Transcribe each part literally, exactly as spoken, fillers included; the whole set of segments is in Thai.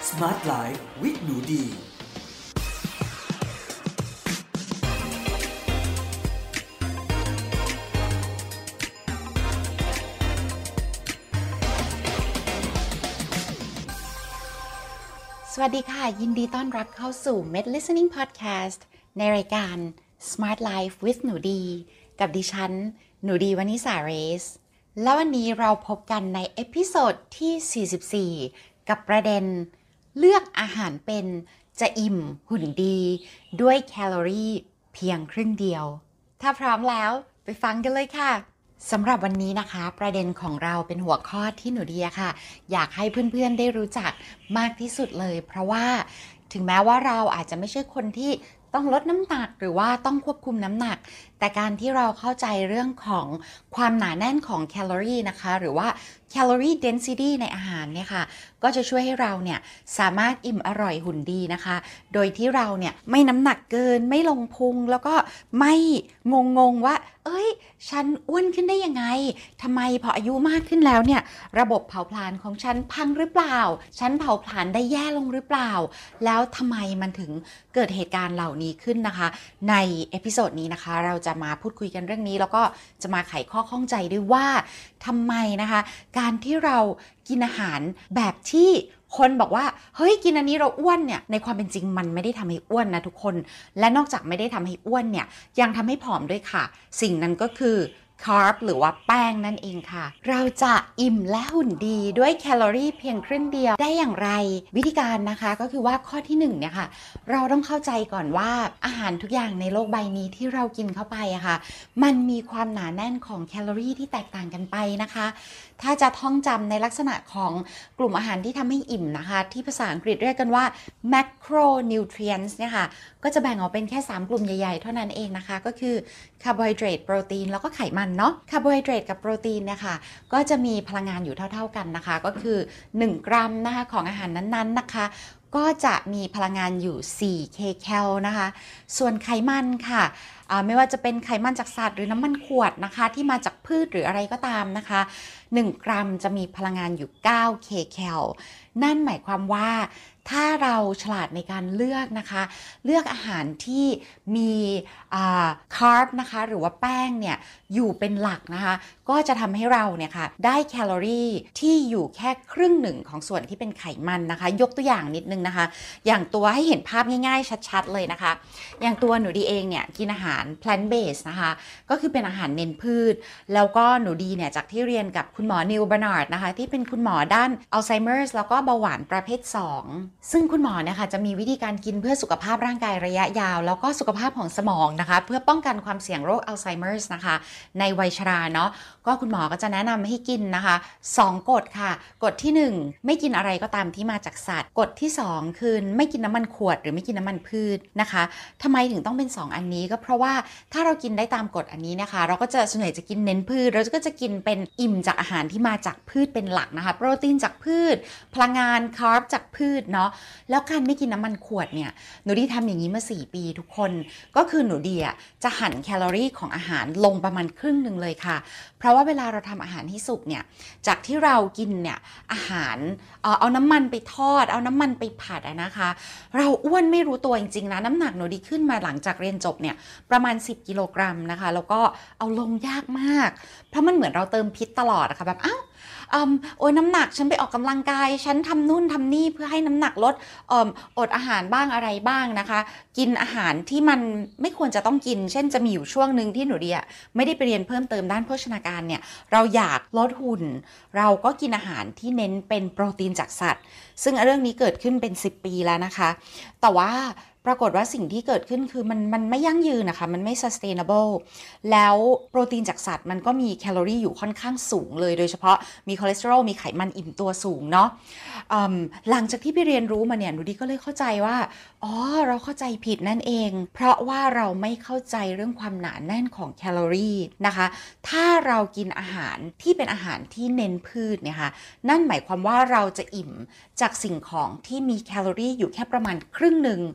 Smart Life with หนูดีสวัสดีค่ะยินดีต้อนรับเข้าสู่ Med Listening Podcast ในรายการ Smart Life with หนูดีกับดิฉันหนูดีวนิสาเรสแล้ววันนี้เราพบกันในเอพิโซดที่สี่สิบสี่กับประเด็นเลือกอาหารเป็นจะอิ่มหุ่นดีด้วยแคลอรี่เพียงครึ่งเดียวถ้าพร้อมแล้วไปฟังกันเลยค่ะสำหรับวันนี้นะคะประเด็นของเราเป็นหัวข้อที่หนูดีค่ะอยากให้เพื่อนๆได้รู้จักมากที่สุดเลยเพราะว่าถึงแม้ว่าเราอาจจะไม่ใช่คนที่ต้องลดน้ำหนักหรือว่าต้องควบคุมน้ำหนักแต่การที่เราเข้าใจเรื่องของความหนาแน่นของแคลอรี่นะคะหรือว่า calorie density ในอาหารเนี่ยค่ะก็จะช่วยให้เราเนี่ยสามารถอิ่มอร่อยหุ่นดีนะคะโดยที่เราเนี่ยไม่น้ำหนักเกินไม่ลงพุงแล้วก็ไม่งงงว่าเอ้ยฉันอ้วนขึ้นได้ยังไงทำไมพออายุมากขึ้นแล้วเนี่ยระบบเผาผลาญของฉันพังหรือเปล่าฉันเผาผลาญได้แย่ลงหรือเปล่าแล้วทำไมมันถึงเกิดเหตุการณ์เหล่านี้ขึ้นนะคะในเอพิโซดนี้นะคะเราจะมาพูดคุยกันเรื่องนี้แล้วก็จะมาไขข้อข้องใจด้วยว่าทำไมนะคะการที่เรากินอาหารแบบที่คนบอกว่าเฮ้ยกินอันนี้เราอ้วนเนี่ยในความเป็นจริงมันไม่ได้ทำให้อ้วนนะทุกคนและนอกจากไม่ได้ทำให้อ้วนเนี่ยยังทำให้ผอมด้วยค่ะสิ่งนั้นก็คือคาร์บหรือว่าแป้งนั่นเองค่ะเราจะอิ่มและหุ่นดีด้วยแคลอรี่เพียงครึ่งเดียวได้อย่างไรวิธีการนะคะก็คือว่าข้อที่หนึ่งเนี่ยค่ะเราต้องเข้าใจก่อนว่าอาหารทุกอย่างในโลกใบนี้ที่เรากินเข้าไปอะค่ะมันมีความหนาแน่นของแคลอรี่ที่แตกต่างกันไปนะคะถ้าจะท่องจำในลักษณะของกลุ่มอาหารที่ทำให้อิ่มนะคะที่ภาษาอังกฤษเรียกกันว่า macronutrients เนี่ยค่ะก็จะแบ่งออกเป็นแค่สามกลุ่มใหญ่ๆเท่านั้นเองนะคะก็คือคาร์โบไฮเดรตโปรตีนแล้วก็ไขมันเนาะคาร์โบไฮเดรตกับโปรตีนเนี่ยค่ะก็จะมีพลังงานอยู่เท่าๆกันนะคะก็คือหนึ่งกรัมนะคะของอาหารนั้นๆนะคะก็จะมีพลังงานอยู่สี่เคแคลนะคะส่วนไขมันค่ะไม่ว่าจะเป็นไขมันจากสัตว์หรือน้ำมันขวดนะคะที่มาจากพืชหรืออะไรก็ตามนะคะหนึ่งกรัมจะมีพลังงานอยู่เก้าเคแคลนั่นหมายความว่าถ้าเราฉลาดในการเลือกนะคะเลือกอาหารที่มีคาร์บนะคะหรือว่าแป้งเนี่ยอยู่เป็นหลักนะคะก็จะทำให้เราเนี่ยค่ะได้แคลอรี่ที่อยู่แค่ครึ่งหนึ่งของส่วนที่เป็นไขมันนะคะยกตัวอย่างนิดนึงนะคะอย่างตัวให้เห็นภาพง่ายๆชัดๆเลยนะคะอย่างตัวหนูดีเองเนี่ยกินอาหาร plant based นะคะก็คือเป็นอาหารเน้นพืชแล้วก็หนูดีเนี่ยจากที่เรียนกับคุณหมอนิวบาร์นาร์ดนะคะที่เป็นคุณหมอด้านอัลไซเมอร์แล้วก็เบาหวานประเภทสองซึ่งคุณหมอเนี่ยค่ะจะมีวิธีการกินเพื่อสุขภาพร่างกายระยะยาวแล้วก็สุขภาพของสมองนะคะเพื่อป้องกันความเสี่ยงโรคอัลไซเมอร์นะคะในวัยชราเนาะก็คุณหมอก็จะแนะนำให้กินนะคะสองกฎค่ะกฎที่หนึ่งไม่กินอะไรก็ตามที่มาจากสัตว์กฎที่สองคือไม่กินน้ำมันขวดหรือไม่กินน้ำมันพืชนะคะทำไมถึงต้องเป็นสองอันนี้ก็เพราะว่าถ้าเรากินได้ตามกฎอันนี้นะคะเราก็จะส่วนใหญ่จะกินเน้นพืชเราก็จะกินเป็นอิ่มจากอาหารที่มาจากพืชเป็นหลักนะคะโปรตีนจากพืชพลังงานคาร์บจากพืชเนาะแล้วการไม่กินน้ำมันขวดเนี่ยหนูดีทำอย่างนี้มาสี่ปีทุกคนก็คือหนูดีอ่ะจะหั่นแคลอรี่ของอาหารลงประมาณครึ่งหนึ่งเลยค่ะเพราะว่าเวลาเราทำอาหารให้สุกเนี่ยจากที่เรากินเนี่ยอาหารเอ่อเอาน้ำมันไปทอดเอาน้ำมันไปผัดอะนะคะเราอ้วนไม่รู้ตัวจริงๆนะน้ำหนักหนูดีขึ้นมาหลังจากเรียนจบเนี่ยประมาณสิบกิโลกรัมนะคะแล้วก็เอาลงยากมากเพราะมันเหมือนเราเติมพิษตลอดอะค่ะแบบอ้าวอืมโอ้ยน้ำหนักฉันไปออกกำลังกายฉันทำนู่นทำนี่เพื่อให้น้ำหนักลดอมอดอาหารบ้างอะไรบ้างนะคะกินอาหารที่มันไม่ควรจะต้องกินเช่นจะมีอยู่ช่วงหนึ่งที่หนูดีอะไม่ได้ไปเรียนเพิ่มเติมด้านโภชนาการเนี่ยเราอยากลดหุ่นเราก็กินอาหารที่เน้นเป็นโปรตีนจากสัตว์ซึ่งเรื่องนี้เกิดขึ้นเป็นสิบปีแล้วนะคะแต่ว่าปรากฏว่าสิ่งที่เกิดขึ้นคือมันมันไม่ยั่งยืนนะคะมันไม่ sustainable แล้วโปรตีนจากสัตว์มันก็มีแคลอรี่อยู่ค่อนข้างสูงเลยโดยเฉพาะมีคอเลสเตอรอลมีไขมันอิ่มตัวสูงเนาะหลังจากที่ไปเรียนรู้มาเนี่ยหนูดีก็เลยเข้าใจว่าอ๋อเราเข้าใจผิดนั่นเองเพราะว่าเราไม่เข้าใจเรื่องความหนาแน่นของแคลอรี่นะคะถ้าเรากินอาหารที่เป็นอาหารที่เน้นพืชเนี่ยค่ะนั่นหมายความว่าเราจะอิ่มจากสิ่งของที่มีแคลอรี่อยู่แค่ประมาณครึ่งหนึ่ง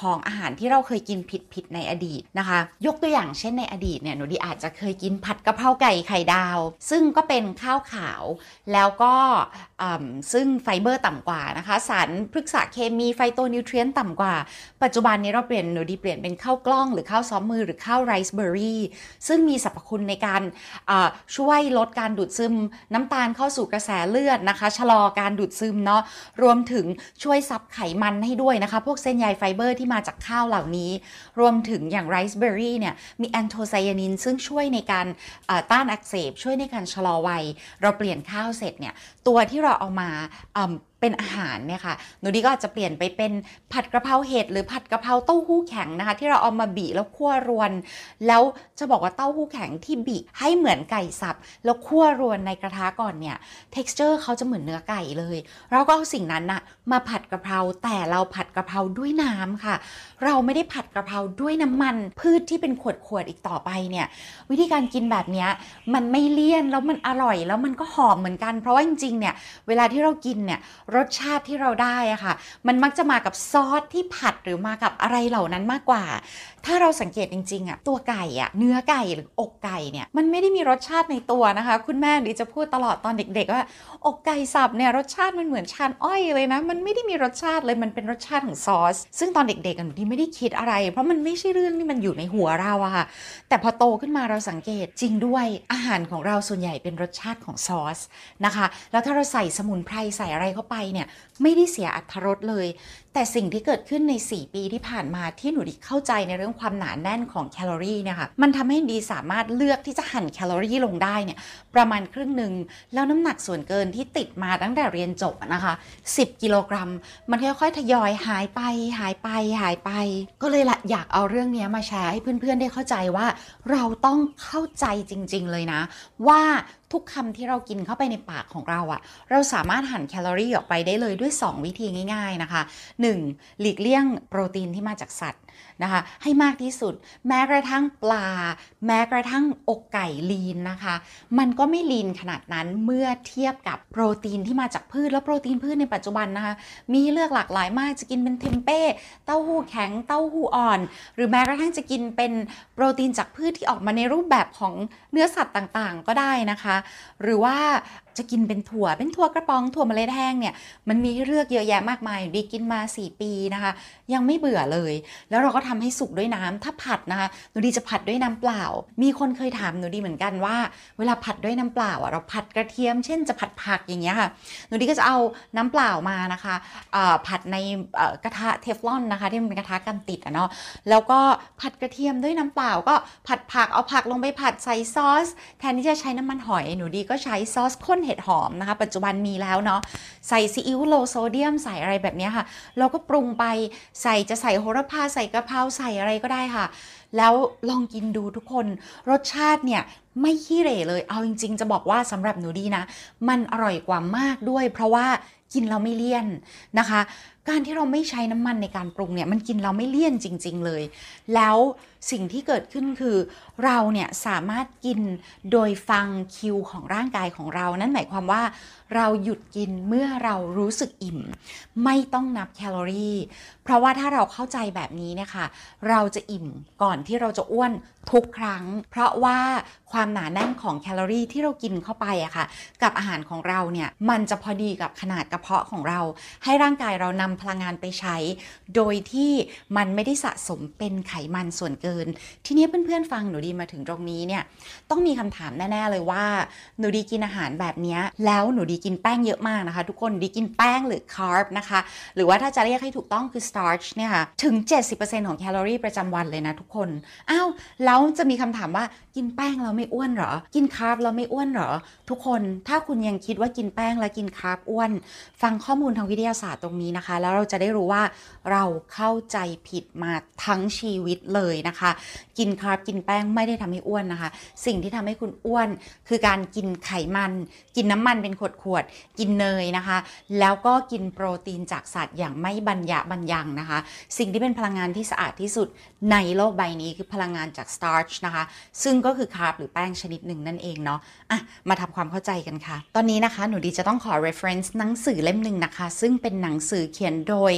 ของอาหารที่เราเคยกินผิดๆในอดีตนะคะยกตัวอย่างเช่นในอดีตเนี่ยหนูดีอาจจะเคยกินผัดกะเพราไก่ไข่ดาวซึ่งก็เป็นข้าวขาวแล้วก็ซึ่งไฟเบอร์ต่ำกว่านะคะสารพฤกษเคมีไฟโตนิวเทรียนต์ต่ำกว่าปัจจุบันนี้เราเปลี่ยนหนูดีเปลี่ยนเป็นข้าวกล้องหรือข้าวซ้อมมือหรือข้าวไรซ์เบอร์รี่ซึ่งมีสรรพคุณในการช่วยลดการดูดซึมน้ำตาลเข้าสู่กระแสเลือดนะคะชะลอการดูดซึมเนาะรวมถึงช่วยซับไขมันให้ด้วยนะคะพวกเส้นใยไฟเบอร์ที่มาจากข้าวเหล่านี้รวมถึงอย่างไรซ์เบอร์รี่เนี่ยมีแอนโทไซยานินซึ่งช่วยในการต้านอักเสบช่วยในการชะลอวัยเราเปลี่ยนข้าวเสร็จเนี่ยตัวที่เราเอามาเป็นอาหารเนี่ยค่ะหนูดีก็อาจจะเปลี่ยนไปเป็นผัดกระเพราเห็ดหรือผัดกระเพราเต้าหู้แข็งนะคะที่เราเอามาบีแล้วคั่วรวนแล้วจะบอกว่าเต้าหู้แข็งที่บีให้เหมือนไก่สับแล้วคั่วรวนในกระทะก่อนเนี่ย texture เขาจะเหมือนเนื้อไก่เลยเราก็เอาสิ่งนั้นนะมาผัดกระเพราแต่เราผัดกระเพราด้วยน้ำค่ะเราไม่ได้ผัดกระเพราด้วยน้ำมันพืชที่เป็นขวดๆอีกต่อไปเนี่ยวิธีการกินแบบนี้มันไม่เลี่ยนแล้วมันอร่อยแล้วมันก็หอมเหมือนกันเพราะว่าจริงๆเนี่ยเวลาที่เรากินเนี่ยรสชาติที่เราได้อะค่ะมันมักจะมากับซอสที่ผัดหรือมากับอะไรเหล่านั้นมากกว่าถ้าเราสังเกตจริงๆอะตัวไก่อะเนื้อไก่หรืออกไก่เนี่ยมันไม่ได้มีรสชาติในตัวนะคะคุณแม่ดิจะพูดตลอดตอนเด็กๆว่าอกไก่สับเนี่ยรสชาติมันเหมือนชานอ้อยเลยนะมันไม่ได้มีรสชาติเลยมันเป็นรสชาติของซอสซึ่งตอนเด็กๆกันดิไม่ได้คิดอะไรเพราะมันไม่ใช่เรื่องที่มันอยู่ในหัวเราอะค่ะแต่พอโตขึ้นมาเราสังเกตจริงด้วยอาหารของเราส่วนใหญ่เป็นรสชาติของซอสนะคะแล้วถ้าเราใส่สมุนไพรใส่อะไรเข้าไปเนี่ยไม่ได้เสียอรรถรสเลยแต่สิ่งที่เกิดขึ้นในสี่ปีที่ผ่านมาที่หนูดีเข้าใจในเรื่องความหนาแน่นของแคลอรี่เนี่ยค่ะมันทำให้ดีสามารถเลือกที่จะหั่นแคลอรี่ลงได้เนี่ยประมาณครึ่งหนึ่งแล้วน้ำหนักส่วนเกินที่ติดมาตั้งแต่เรียนจบนะคะสิบกิโลกรัมมันค่อยๆทยอยหายไปหายไปหายไปก็เลยละอยากเอาเรื่องนี้มาแชร์ให้เพื่อนๆได้เข้าใจว่าเราต้องเข้าใจจริงๆเลยนะว่าทุกคำที่เรากินเข้าไปในปากของเราอะเราสามารถหั่นแคลอรี่ออกไปได้เลยด้วยสองวิธีง่ายๆนะคะหนึ่งหลีกเลี่ยงโปรตีนที่มาจากสัตว์นะคะให้มากที่สุดแม้กระทั่งปลาแม้กระทั่งอกไก่ลีนนะคะมันก็ไม่ลีนขนาดนั้นเมื่อเทียบกับโปรตีนที่มาจากพืชแล้วโปรตีนพืชในปัจจุบันนะคะมีเลือกหลากหลายมากจะกินเป็นเทมเป้เต้าหู้แข็งเต้าหู้อ่อนหรือแม้กระทั่งจะกินเป็นโปรตีนจากพืชที่ออกมาในรูปแบบของเนื้อสัตว์ต่างๆก็ได้นะคะหรือว่าจะกินเป็นถั่วเป็นถั่วกระป๋องถั่วเมล็ดแห้งเนี่ยมันมีเลือกเยอะแยะมากมายดีกินมาสี่ปีนะคะยังไม่เบื่อเลยแล้วเราก็ทำให้สุกด้วยน้ำถ้าผัดนะคะหนูดีจะผัดด้วยน้ำเปล่ามีคนเคยถามหนูดีเหมือนกันว่าเวลาผัดด้วยน้ำเปล่าอ่ะเราผัดกระเทียมเช่นจะผัดผักอย่างเงี้ยค่ะหนูดีก็จะเอาน้ำเปล่ามานะคะผัดในกระทะเทฟลอนนะคะที่มันเป็นกระทะกันติดอะเนาะแล้วก็ผัดกระเทียมด้วยน้ำเปล่าก็ผัดผักเอาผักลงไปผัดใส่ซอสแทนที่จะใช้น้ำมันหอยหนูดีก็ใช้ซอสข้นเห็ดหอมนะคะปัจจุบันมีแล้วเนาะใส่ซีอิ๊วโลโซเดียมใส่อะไรแบบนี้ค่ะเราก็ปรุงไปใส่จะใส่โหระพาใส่กะเพราใส่อะไรก็ได้ค่ะแล้วลองกินดูทุกคนรสชาติเนี่ยไม่ขี้เหร่เลยเอาจริงๆจะบอกว่าสำหรับหนูดีนะมันอร่อยกว่ามากด้วยเพราะว่ากินเราไม่เลี่ยนนะคะการที่เราไม่ใช้น้ำมันในการปรุงเนี่ยมันกินเราไม่เลี่ยนจริงๆเลยแล้วสิ่งที่เกิดขึ้นคือเราเนี่ยสามารถกินโดยฟังคิวของร่างกายของเรานั่นหมายความว่าเราหยุดกินเมื่อเรารู้สึกอิ่มไม่ต้องนับแคลอรี่เพราะว่าถ้าเราเข้าใจแบบนี้นะคะเราจะอิ่มก่อนที่เราจะอ้วนทุกครั้งเพราะว่าความหนาแน่นของแคลอรี่ที่เรากินเข้าไปอะค่ะกับอาหารของเราเนี่ยมันจะพอดีกับขนาดกระเพาะของเราให้ร่างกายเรานำพลังงานไปใช้โดยที่มันไม่ได้สะสมเป็นไขมันส่วนเกินทีนี้เพื่อนๆฟังหนูดีมาถึงตรงนี้เนี่ยต้องมีคำถามแน่ๆเลยว่าหนูดีกินอาหารแบบนี้แล้วหนูดีกินแป้งเยอะมากนะคะทุกคนดีกินแป้งหรือคาร์บนะคะหรือว่าถ้าจะเรียกให้ถูกต้องคือ starch เนี่ยค่ะถึง เจ็ดสิบเปอร์เซ็นต์ ของแคลอรี่ประจำวันเลยนะทุกคนอ้าวแล้วจะมีคำถามว่ากินแป้งแล้วไม่อ้วนเหรอกินคาร์บแล้วไม่อ้วนเหรอทุกคนถ้าคุณยังคิดว่ากินแป้งและกินคาร์บอ้วนฟังข้อมูลทางวิทยาศาสตร์ตรงนี้นะคะแล้วเราจะได้รู้ว่าเราเข้าใจผิดมาทั้งชีวิตเลยนะคะกินคาร์บกินแป้งไม่ได้ทำให้อ้วนนะคะสิ่งที่ทำให้คุณอ้วนคือการกินไขมันกินน้ำมันเป็นขวดๆกินเนยนะคะแล้วก็กินโปรตีนจากสัตว์อย่างไม่บรรยะบรรยังนะคะสิ่งที่เป็นพลังงานที่สะอาดที่สุดในโลกใบนี้คือพลังงานจาก starch นะคะซึ่งก็คือคาร์บหรือแป้งชนิดหนึ่งนั่นเองเนาะอ่ะมาทำความเข้าใจกันค่ะตอนนี้นะคะหนูดีจะต้องขอ reference หนังสือเล่มหนึ่งนะคะซึ่งเป็นหนังสือเขียนโดย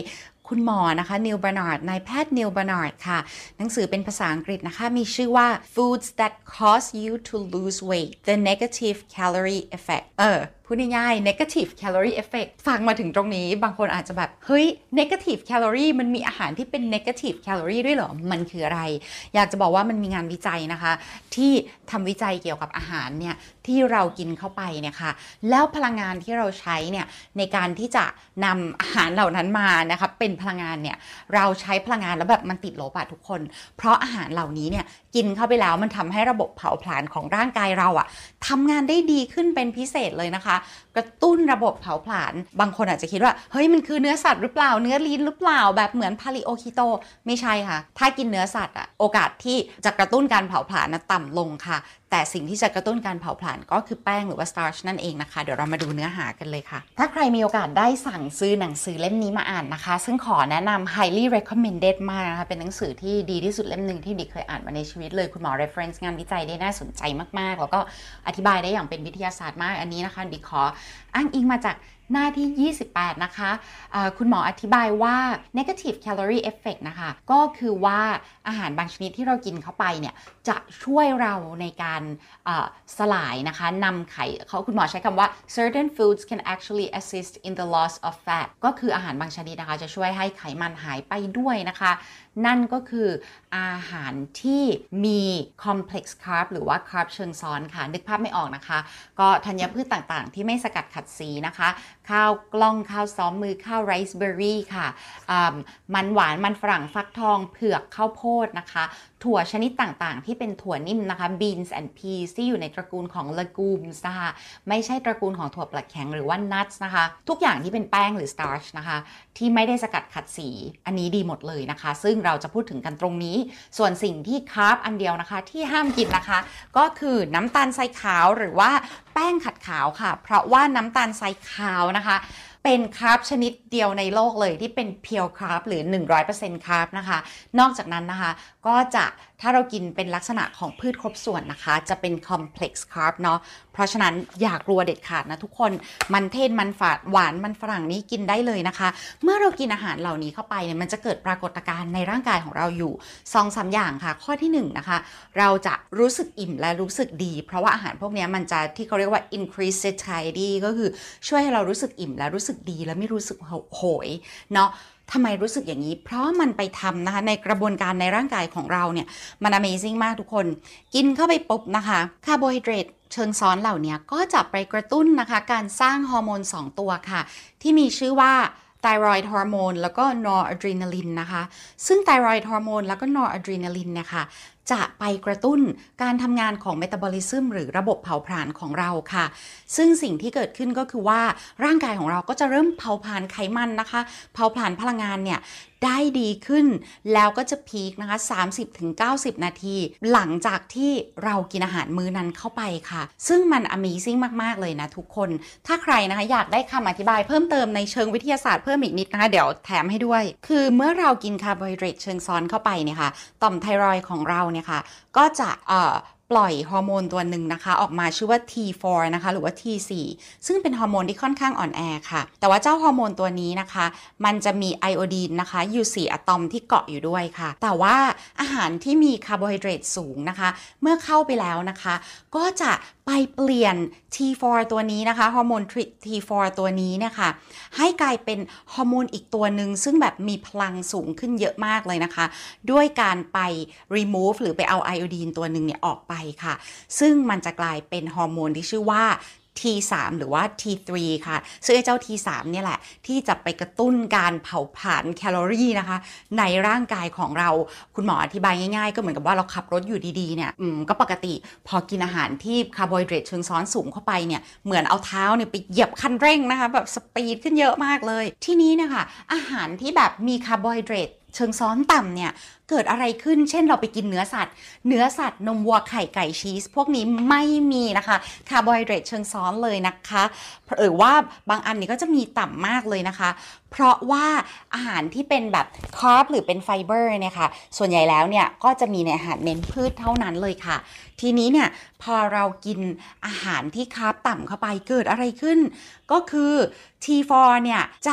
คุณหมอนะคะนิลบาร์นาร์ดนายแพทย์นิลบาร์นาร์ดค่ะหนังสือเป็นภาษาอังกฤษนะคะมีชื่อว่า Foods that cause you to lose weight the negative calorie effect เออพูดง่ายๆ negative calorie effect ฟังมาถึงตรงนี้บางคนอาจจะแบบเฮ้ย negative calorie มันมีอาหารที่เป็น negative calorie ด้วยเหรอมันคืออะไรอยากจะบอกว่ามันมีงานวิจัยนะคะที่ทำวิจัยเกี่ยวกับอาหารเนี่ยที่เรากินเข้าไปเนี่ยค่ะแล้วพลังงานที่เราใช้เนี่ยในการที่จะนำอาหารเหล่านั้นมานะคะเป็นพลังงานเนี่ยเราใช้พลังงานแล้วแบบมันติดลบอะทุกคนเพราะอาหารเหล่านี้เนี่ยกินเข้าไปแล้วมันทำให้ระบบเผาผลาญของร่างกายเราอะทำงานได้ดีขึ้นเป็นพิเศษเลยนะคะกระตุ้นระบบเผาผลาญบางคนอาจจะคิดว่าเฮ้ยมันคือเนื้อสัตว์หรือเปล่าเนื้อลิ้นหรือเปล่าแบบเหมือนพาลิโอคีโตไม่ใช่ค่ะถ้ากินเนื้อสัตว์อะโอกาสที่จะกระตุ้นการเผาผลาญนะต่ำลงค่ะแต่สิ่งที่จะกระตุ้นการเผาผลาญก็คือแป้งหรือว่า starch นั่นเองนะคะเดี๋ยวเรามาดูเนื้อหากันเลยค่ะถ้าใครมีโอกาสได้สั่งซื้อหนังสือเล่มนี้มาอ่านนะคะซึ่งขอแนะนำ highly recommended มากนะคะเป็นหนังสือที่ดีที่สุดเล่มหนึ่งที่ดิเคยอ่านมาในชีวิตเลยคุณหมอ reference งานวิจัยได้น่าสนใจมากๆแล้วก็อธิบายได้อย่างเป็นวิทยาศาสตร์มากอันนี้นะคะดิขออ้างอิงมาจากหน้าที่ยี่สิบแปดนะคะะคุณหมออธิบายว่า negative calorie effect นะคะก็คือว่าอาหารบางชนิดที่เรากินเข้าไปเนี่ยจะช่วยเราในการสลายนะคะนำไขเขาคุณหมอใช้คำว่า certain foods can actually assist in the loss of fat ก็คืออาหารบางชนิดนะคะจะช่วยให้ไขมันหายไปด้วยนะคะนั่นก็คืออาหารที่มี complex carb หรือว่า carb เชิงซ้อนค่ะนึกภาพไม่ออกนะคะก็ธัญพืชต่างๆที่ไม่สกัดขัดสีนะคะข้าวกล้องข้าวซ้อมมือข้าวไรซ์เบอร์รี่ค่ะมันหวานมันฝรั่งฟักทองเผือกข้าวโพดนะคะถั่วชนิดต่างๆที่เป็นถั่วนิ่มนะคะ beans and peas ที่อยู่ในตระกูลของ legumes นะคะไม่ใช่ตระกูลของถั่วแปลกแข็งหรือว่า nuts นะคะทุกอย่างที่เป็นแป้งหรือ starch นะคะที่ไม่ได้สกัดขัดสีอันนี้ดีหมดเลยนะคะซึ่งเราจะพูดถึงกันตรงนี้ส่วนสิ่งที่คาร์บอันเดียวนะคะที่ห้ามกินนะคะก็คือน้ำตาลทรายขาวหรือว่าแป้งขัดขาวค่ะเพราะว่าน้ำตาลทรายขาวนะคะเป็นคาร์บชนิดเดียวในโลกเลยที่เป็นเพียวคาร์บหรือ หนึ่งร้อยเปอร์เซ็นต์ คาร์บนะคะนอกจากนั้นนะคะก็จะถ้าเรากินเป็นลักษณะของพืชครบส่วนนะคะจะเป็น complex carb เนาะเพราะฉะนั้นอย่ากลัวเด็ดขาดนะทุกคนมันเทศมันฝาดหวานมันฝรั่งนี้กินได้เลยนะคะเมื่อเรากินอาหารเหล่านี้เข้าไปเนี่ยมันจะเกิดปรากฏการณ์ในร่างกายของเราอยู่ สองถึงสาม อย่างค่ะข้อที่หนึ่งนะคะเราจะรู้สึกอิ่มและรู้สึกดีเพราะว่าอาหารพวกนี้มันจะที่เขาเรียกว่า increase satiety ก็คือช่วยให้เรารู้สึกอิ่มและรู้สึกดีและไม่รู้สึกโหยเนาะทำไมรู้สึกอย่างนี้เพราะมันไปทำนะคะในกระบวนการในร่างกายของเราเนี่ยมัน Amazing มากทุกคนกินเข้าไปปุ๊บนะคะคาร์โบไฮเดรตเชิงซ้อนเหล่านี้ก็จะไปกระตุ้นนะคะการสร้างฮอร์โมนสองตัวค่ะที่มีชื่อว่าไทรอยด์ฮอร์โมนแล้วก็นอร์อะดรีนาลินนะคะซึ่งไทรอยด์ฮอร์โมนแล้วก็นอร์อะดรีนาลินเนี่ยค่ะจะไปกระตุ้นการทำงานของเมตาบอลิซึมหรือระบบเผาผลาญของเราค่ะซึ่งสิ่งที่เกิดขึ้นก็คือว่าร่างกายของเราก็จะเริ่มเผาผลาญไขมันนะคะเผาผลาญพลังงานเนี่ยได้ดีขึ้นแล้วก็จะพีคนะคะ สามสิบถึงเก้าสิบ นาทีหลังจากที่เรากินอาหารมื้อนั้นเข้าไปค่ะซึ่งมัน Amazing มากๆเลยนะทุกคนถ้าใครนะคะอยากได้คำอธิบายเพิ่มเติมในเชิงวิทยาศาสตร์เพิ่มอีกนิดนะคะเดี๋ยวแถมให้ด้วยคือเมื่อเรากินคาร์โบไฮเดรตเชิงซ้อนเข้าไปเนี่ยค่ะต่อมไทรอยด์ของเราเนี่ยค่ะก็จะเอ่อปล่อยฮอร์โมนตัวหนึ่งนะคะออกมาชื่อว่า ที โฟร์ นะคะหรือว่า ที โฟร์ ซึ่งเป็นฮอร์โมนที่ค่อนข้างอ่อนแอค่ะแต่ว่าเจ้าฮอร์โมนตัวนี้นะคะมันจะมีไอโอดีนนะคะอยู่สี่อะตอมที่เกาะอยู่ด้วยค่ะแต่ว่าอาหารที่มีคาร์โบไฮเดรตสูงนะคะเมื่อเข้าไปแล้วนะคะก็จะไปเปลี่ยน ที โฟร์ ตัวนี้นะคะฮอร์โมน ที โฟร์ ตัวนี้นะคะให้กลายเป็นฮอร์โมนอีกตัวหนึ่งซึ่งแบบมีพลังสูงขึ้นเยอะมากเลยนะคะด้วยการไป remove หรือไปเอาไอโอดีนตัวหนึ่งเนี่ยออกไปค่ะซึ่งมันจะกลายเป็นฮอร์โมนที่ชื่อว่า ที สาม หรือว่า ที ทรี ค่ะซึ่งไอ้เจ้า ที สาม เนี่ยแหละที่จะไปกระตุ้นการเผาผลาญแคลอรี่นะคะในร่างกายของเราคุณหมออธิบายง่ายๆก็เหมือนกับว่าเราขับรถอยู่ดีๆเนี่ยอืมก็ปกติพอกินอาหารที่คาร์โบไฮเดรตเชิงซ้อนสูงเข้าไปเนี่ยเหมือนเอาเท้าเนี่ยไปเหยียบคันเร่งนะคะแบบสปีดขึ้นเยอะมากเลยทีนี้นะคะอาหารที่แบบมีคาร์โบไฮเดรตเชิงซ้อนต่ำเนี่ยเกิดอะไรขึ้นเช่นเราไปกินเนื้อสัตว์เนื้อสัตว์นมวัวไข่ไก่ชีสพวกนี้ไม่มีนะคะคาร์โบไฮเดรตเชิงซ้อนเลยนะคะหรือว่าบางอันนี่ก็จะมีต่ำมากเลยนะคะเพราะว่าอาหารที่เป็นแบบคาร์บหรือเป็นไฟเบอร์เนี่ยค่ะส่วนใหญ่แล้วเนี่ยก็จะมีในอาหารเน้นพืชเท่านั้นเลยค่ะทีนี้เนี่ยพอเรากินอาหารที่คาร์บต่ำเข้าไปเกิดอะไรขึ้นก็คือ ที โฟร์ เนี่ยจะ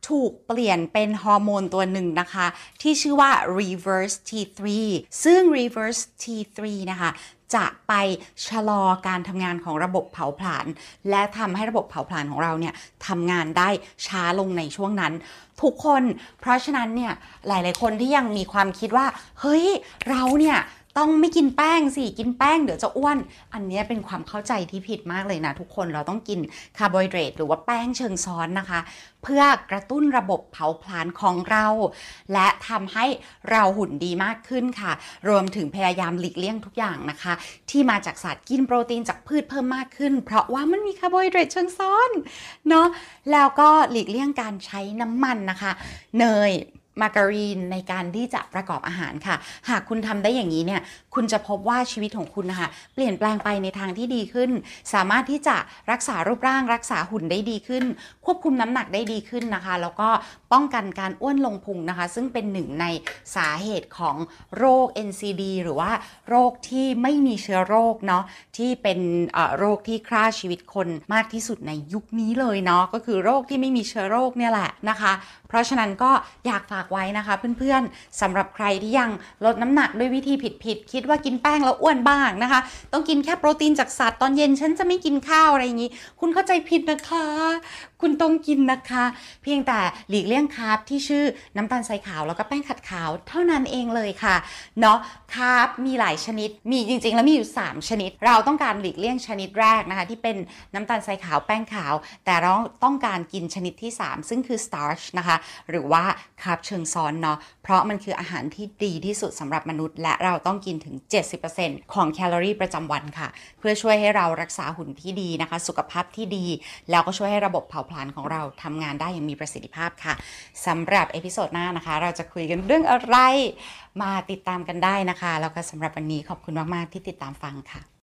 ถูกเปลี่ยนเป็นฮอร์โมนตัวหนึ่งนะคะที่ชื่อว่า reverse ที ทรี ซึ่ง reverse ที ทรี นะคะจะไปชะลอการทำงานของระบบเผาผลาญและทำให้ระบบเผาผลาญของเราเนี่ยทำงานได้ช้าลงในช่วงนั้นทุกคนเพราะฉะนั้นเนี่ยหลายๆคนที่ยังมีความคิดว่าเฮ้ยเราเนี่ยต้องไม่กินแป้งสิกินแป้งเดี๋ยวจะอ้วนอันนี้เป็นความเข้าใจที่ผิดมากเลยนะทุกคนเราต้องกินคาร์โบไฮเดรตหรือว่าแป้งเชิงซ้อนนะคะเพื่อกระตุ้นระบบเผาผลาญของเราและทำให้เราหุ่นดีมากขึ้นค่ะรวมถึงพยายามหลีกเลี่ยงทุกอย่างนะคะที่มาจากสัตว์กินโปรตีนจากพืชเพิ่มมากขึ้นเพราะว่ามันมีคาร์โบไฮเดรตเชิงซ้อนเนาะแล้วก็หลีกเลี่ยงการใช้น้ำมันนะคะเนยมาการีนในการที่จะประกอบอาหารค่ะหากคุณทำได้อย่างนี้เนี่ยคุณจะพบว่าชีวิตของคุณนะคะเปลี่ยนแปลงไปในทางที่ดีขึ้นสามารถที่จะรักษารูปร่างรักษาหุ่นได้ดีขึ้นควบคุมน้ำหนักได้ดีขึ้นนะคะแล้วก็ป้องกันการอ้วนลงพุงนะคะซึ่งเป็นหนึ่งในสาเหตุของโรค เอ็น ซี ดี หรือว่าโรคที่ไม่มีเชื้อโรคเนาะที่เป็นโรคที่ฆ่าชีวิตคนมากที่สุดในยุคนี้เลยเนาะก็คือโรคที่ไม่มีเชื้อโรคเนี่ยแหละนะคะเพราะฉะนั้นก็อยากฝากไว้นะคะเพื่อนๆสำหรับใครที่ยังลดน้ำหนักด้วยวิธีผิดๆคิดว่ากินแป้งแล้วอ้วนบ้างนะคะต้องกินแค่โปรตีนจากสัตว์ตอนเย็นฉันจะไม่กินข้าวอะไรอย่างนี้คุณเข้าใจผิดนะคะคุณต้องกินนะคะเพียงแต่หลีกเลี่ยงคาร์บที่ชื่อน้ำตาลทรายขาวแล้วก็แป้งขัดขาวเท่านั้นเองเลยค่ะเนาะคาร์บมีหลายชนิดมีจริงๆแล้วมีอยู่สามชนิดเราต้องการหลีกเลี่ยงชนิดแรกนะคะที่เป็นน้ำตาลทรายขาวแป้งขาวแต่เราต้องการกินชนิดที่สามซึ่งคือ starch นะคะหรือว่าคาร์บเชิงซ้อนเนาะเพราะมันคืออาหารที่ดีที่สุดสำหรับมนุษย์และเราต้องกินถึง เจ็ดสิบเปอร์เซ็นต์ ของแคลอรี่ประจำวันค่ะเพื่อช่วยให้เรารักษาหุ่นที่ดีนะคะสุขภาพที่ดีแล้วก็ช่วยให้ระบบเผาผลาญของเราทำงานได้อย่างมีประสิทธิภาพค่ะสำหรับเอพิโซดหน้านะคะเราจะคุยกันเรื่องอะไรมาติดตามกันได้นะคะแล้วก็สำหรับวันนี้ขอบคุณมากๆที่ติดตามฟังค่ะ